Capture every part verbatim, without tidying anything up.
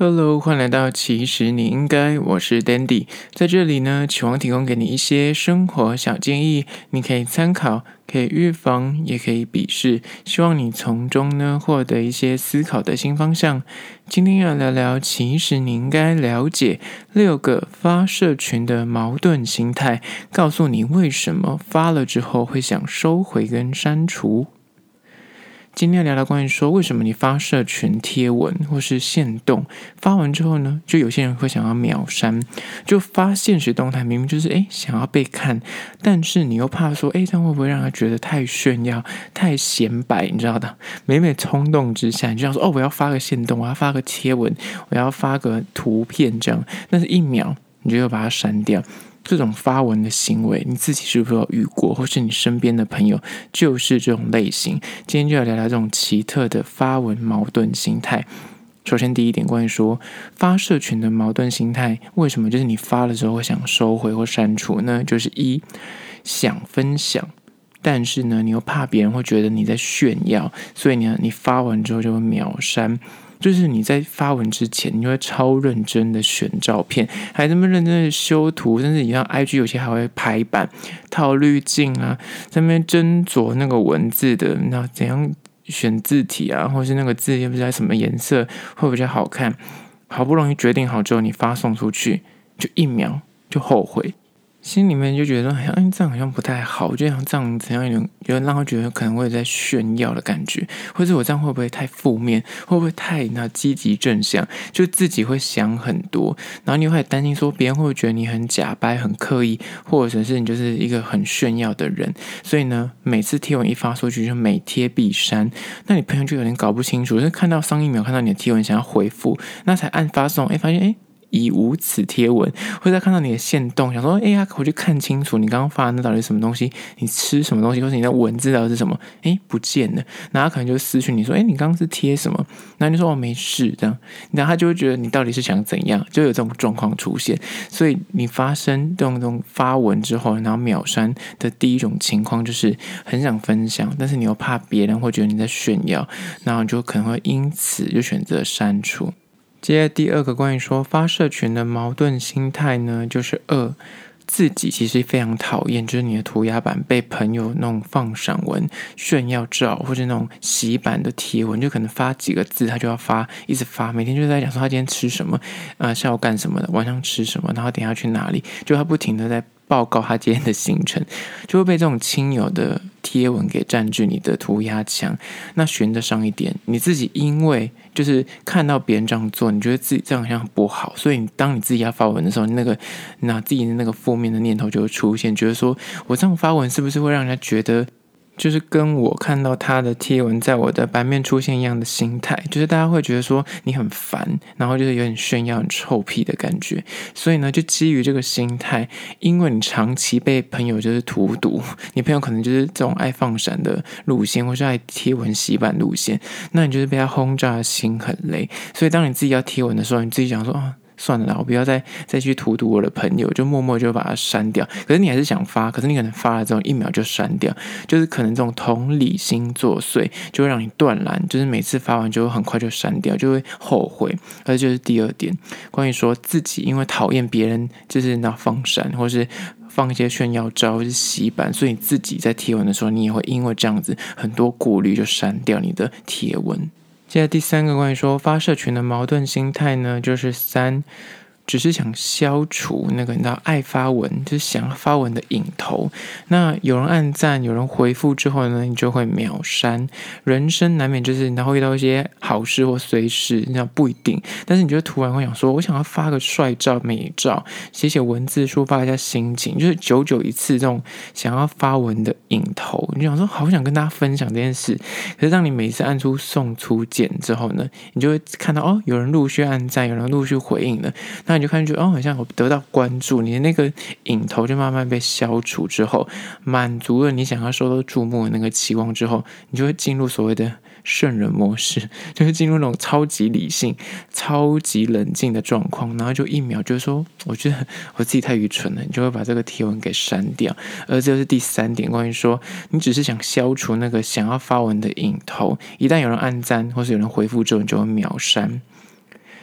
Hello，欢迎来到其实你应该，我是 Dandy， 在这里呢，期望提供给你一些生活小建议，你可以参考，可以预防，也可以鄙视，希望你从中呢获得一些思考的新方向。今天要聊聊，其实你应该了解六个发社群的矛盾心态，告诉你为什么发了之后会想收回跟删除。今天聊聊关于说为什么你发社群贴文或是限动发完之后呢，就有些人会想要秒删，就发现实动态明明就是诶想要被看，但是你又怕说诶这样会不会让他觉得太炫耀太显摆，你知道的，每每冲动之下你就想说哦我要发个限动，我要发个贴文，我要发个图片这样，但是一秒你就又把它删掉。这种发文的行为你自己是不是有遇过，或是你身边的朋友就是这种类型。今天就要聊聊这种奇特的发文矛盾心态。首先第一点，关于说发社群的矛盾心态，为什么就是你发了之后会想收回或删除呢？就是一，想分享，但是呢你又怕别人会觉得你在炫耀，所以呢你发完之后就会秒删。就是你在发文之前，你会超认真的选照片，还这么认真的修图，甚至你像 I G 有些还会排版、套滤镜啊，在那边斟酌那个文字的，那怎样选字体啊，或是那个字要不要什么颜色会比较好看。好不容易决定好之后，你发送出去，就一秒就后悔。心里面就觉得好像、哎、这样好像不太好，就像这样怎样有点有点让他觉得可能会在炫耀的感觉，或者我这样会不会太负面，会不会太那积极正向，就自己会想很多，然后你会担心说别人会不会觉得你很假掰很刻意，或者是你就是一个很炫耀的人，所以呢每次贴文一发出去就每贴必删，那你朋友就有点搞不清楚，就是看到上一秒看到你的贴文想要回复，那才按发送，哎发现哎已无此贴文，或者看到你的限动想说哎呀我去看清楚你刚刚发的那到底是什么东西，你吃什么东西，或者你的文字到底是什么，哎不见了，然后他可能就私讯你说哎你刚刚是贴什么，然后你就说哦没事这样，然后他就会觉得你到底是想怎样，就有这种状况出现。所以你发生这种这种发文之后然后秒删的第一种情况就是很想分享，但是你又怕别人会觉得你在炫耀，然后你就可能会因此就选择删除。接下来第二个关于说发社群的矛盾心态呢，就是二，自己其实非常讨厌，就是你的涂鸦版被朋友那种放闪文、炫耀照，或者那种洗版的贴文，就可能发几个字，他就要发，一直发，每天就在讲说他今天吃什么，呃，下午干什么的，晚上吃什么，然后等一下去哪里，就他不停的在报告他今天的行程，就会被这种亲友的贴文给占据你的涂鸦墙。那悬得上一点，你自己因为就是看到别人这样做，你觉得自己这样好像不好，所以当你自己要发文的时候，那个那自己的那个负面的念头就会出现，觉得说我这样发文是不是会让人家觉得就是跟我看到他的贴文在我的版面出现一样的心态，就是大家会觉得说你很烦，然后就是有点炫耀很臭屁的感觉。所以呢就基于这个心态，因为你长期被朋友就是荼毒，你朋友可能就是这种爱放闪的路线，或是爱贴文洗版路线，那你就是被他轰炸的心很累。所以当你自己要贴文的时候，你自己想说啊算了啦，我不要再再去荼毒我的朋友，就默默就把它删掉。可是你还是想发，可是你可能发了之后一秒就删掉，就是可能这种同理心作祟，就会让你断缆，就是每次发完就很快就删掉，就会后悔。而这就是第二点，关于说自己因为讨厌别人就是那放闪，或是放一些炫耀照或是洗版，所以你自己在贴文的时候，你也会因为这样子很多顾虑就删掉你的贴文。接下来第三个关于说发社群的矛盾心态呢，就是三，只是想消除那个你知道爱发文，就是想要发文的瘾头。那有人按赞有人回复之后呢，你就会秒删。人生难免就是然后遇到一些好事或衰事，那不一定，但是你就突然会想说我想要发个帅照美照，写写文字抒发一下心情，就是久久一次这种想要发文的瘾头，你就想说好想跟大家分享这件事。可是当你每次按出送出键之后呢，你就会看到哦有人陆续按赞，有人陆续回应了，那你就看觉得哦好像我得到关注，你的那个瘾头就慢慢被消除之后，满足了你想要受到注目的那个期望之后，你就会进入所谓的圣人模式，就会进入那种超级理性超级冷静的状况，然后就一秒就说我觉得我自己太愚蠢了，你就会把这个贴文给删掉。而这就是第三点，关于说你只是想消除那个想要发文的瘾头，一旦有人按赞或是有人回复之后，你就会秒删。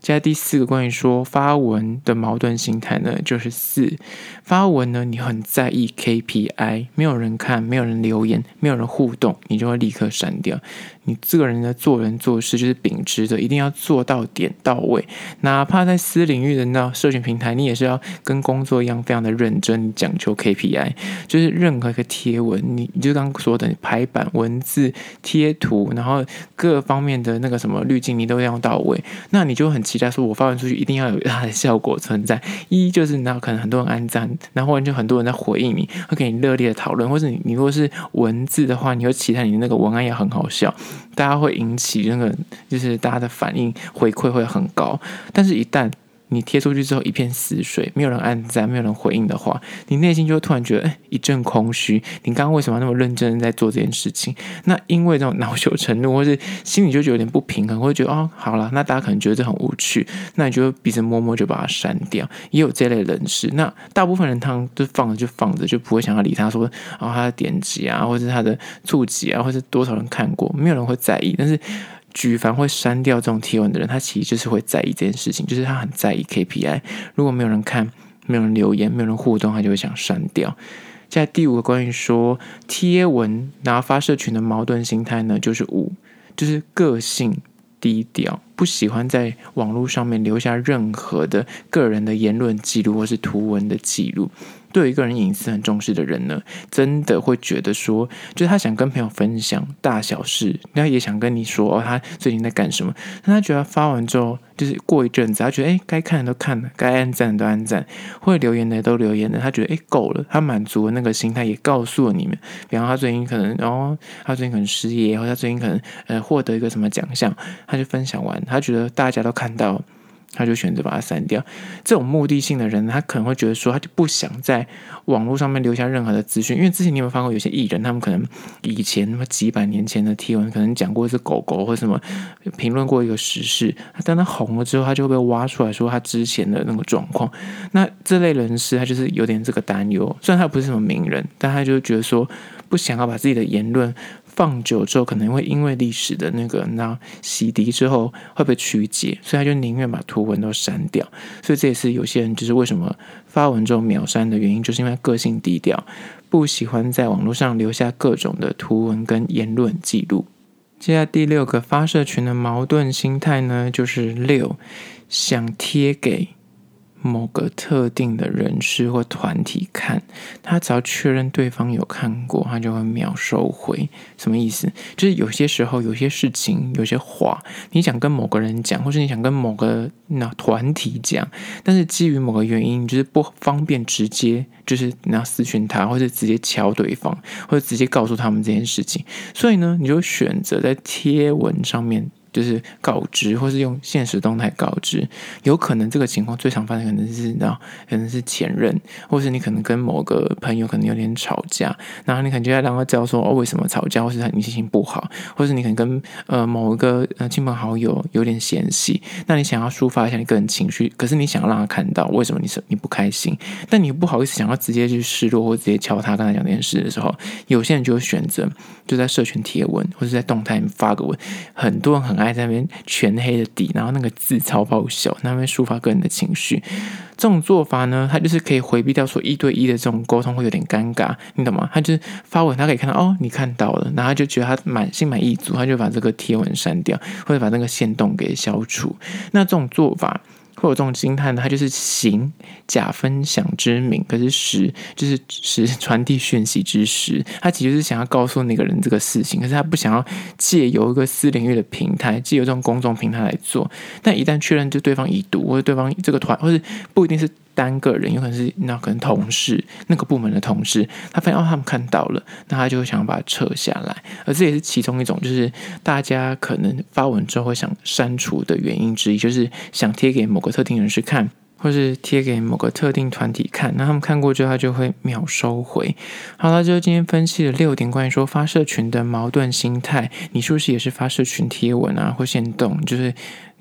接下来第四个关于说发文的矛盾心态呢，就是四，发文呢你很在意 K P I， 没有人看，没有人留言，没有人互动，你就会立刻删掉。你这个人的做人做事就是秉持着一定要做到点到位，哪怕在私领域的那社群平台，你也是要跟工作一样非常的认真，你讲求 K P I， 就是任何一个贴文，你你就刚刚说的排版、文字、贴图，然后各方面的那个什么滤镜，你都要到位，那你就很期待说，我发文出去一定要有它的效果存在。一就是那可能很多人按赞，然后就很多人在回应你，会给你热烈的讨论，或者你你如果是文字的话，你会期待你的那个文案要很好笑。大家会引起那个，就是大家的反应回馈会很高，但是一旦你贴出去之后一片死水，没有人按赞，没有人回应的话，你内心就会突然觉得、欸、一阵空虚。你刚刚为什么那么认真在做这件事情？那因为这种恼羞成怒，或是心里就觉得有点不平衡，会觉得哦，好啦，那大家可能觉得这很无趣，那你就鼻子摸摸就把它删掉。也有这类人士，那大部分人他们就放着就放着，就不会想要理他说，哦，他的点击啊，或者他的触及啊，或者多少人看过，没有人会在意，但是举凡会删掉这种贴文的人，他其实就是会在意这件事情，就是他很在意 K P I。如果没有人看，没有人留言，没有人互动，他就会想删掉。接下来第五个关于说贴文然后发社群的矛盾心态呢，就是五，就是个性低调，不喜欢在网络上面留下任何的个人的言论记录或是图文的记录。对于一个人隐私很重视的人呢，真的会觉得说，就是他想跟朋友分享大小事，他也想跟你说哦，他最近在干什么。但他觉得发完之后，就是过一阵子，他觉得哎，该看的都看了，该按赞的都按赞，会留言的都留言了，他觉得哎够了，他满足了那个心态，也告诉了你们。比方他最近可能，哦，他最近可能失业，或者他最近可能呃获得一个什么奖项，他就分享完，他觉得大家都看到。他就选择把它删掉。这种目的性的人，他可能会觉得说，他就不想在网络上面留下任何的资讯，因为之前你有没有发现过，有些艺人，他们可能以前几百年前的贴文，可能讲过是狗狗或什么，评论过一个时事，当他红了之后，他就会被挖出来说他之前的那个状况。那这类人士，他就是有点这个担忧，虽然他不是什么名人，但他就觉得说，不想要把自己的言论放久之后，可能会因为历史的那个那洗涤之后会被曲解，所以他就宁愿把图文都删掉。所以这也是有些人就是为什么发文之后秒删的原因，就是因为个性低调，不喜欢在网络上留下各种的图文跟言论记录。接下来第六个发社群的矛盾心态呢，就是六，想贴给某个特定的人士或团体看，他只要确认对方有看过，他就会秒收回。什么意思？就是有些时候有些事情有些话你想跟某个人讲，或是你想跟某个那团体讲，但是基于某个原因，就是不方便直接就是拿私讯他，或者直接敲对方，或者直接告诉他们这件事情，所以呢你就选择在贴文上面就是告知，或是用现实动态告知。有可能这个情况最常发生可能是可能是前任，或是你可能跟某个朋友可能有点吵架，然后你可能就要让他知道说哦为什么吵架，或是你心情不好，或是你可能跟呃某一个呃亲朋好友有点嫌隙，那你想要抒发一下你个人情绪，可是你想要让他看到为什么你你不开心，但你不好意思想要直接去示弱或直接敲他跟他讲这件事的时候，有些人就会选择就在社群贴文或是在动态发个文，很多人很爱在那边全黑的底，然后那个字超爆小，那边抒发个人的情绪。这种做法呢，它就是可以回避掉说一对一的这种沟通会有点尴尬，你懂吗？他就是发文，他可以看到哦，你看到了，然后他就觉得他满心满意足，他就把这个贴文删掉，或者把那个限动给消除。那这种做法会有这种心态呢，它就是行假分享之名，可是实就是实传递讯息之实。他其实是想要告诉那个人这个事情，可是他不想要借由一个私领域的平台，借由这种公众平台来做。但一旦确认就对方已读，或者对方这个团，或者不一定是单个人，有可能是那可能同事那个部门的同事，他发现哦他们看到了，那他就会想要把它撤下来。而这也是其中一种，就是大家可能发文之后会想删除的原因之一，就是想贴给某个特定人士看，或是贴给某个特定团体看，那他们看过之后他就会秒收回。好了，就今天分析了六点关于说发社群的矛盾心态，你是不是也是发社群贴文啊或限动，就是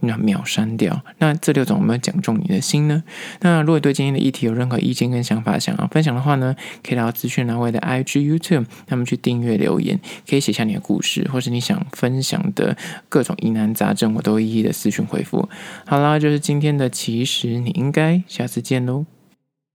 那秒删掉。那这六种有没有讲中你的心呢？那如果对今天的议题有任何意见跟想法想要分享的话呢，可以到资讯栏位的 I G、YouTube， 那么去订阅留言，可以写下你的故事，或是你想分享的各种疑难杂症，我都会一一的私讯回复。好啦，就是今天的其实你应该，下次见喽。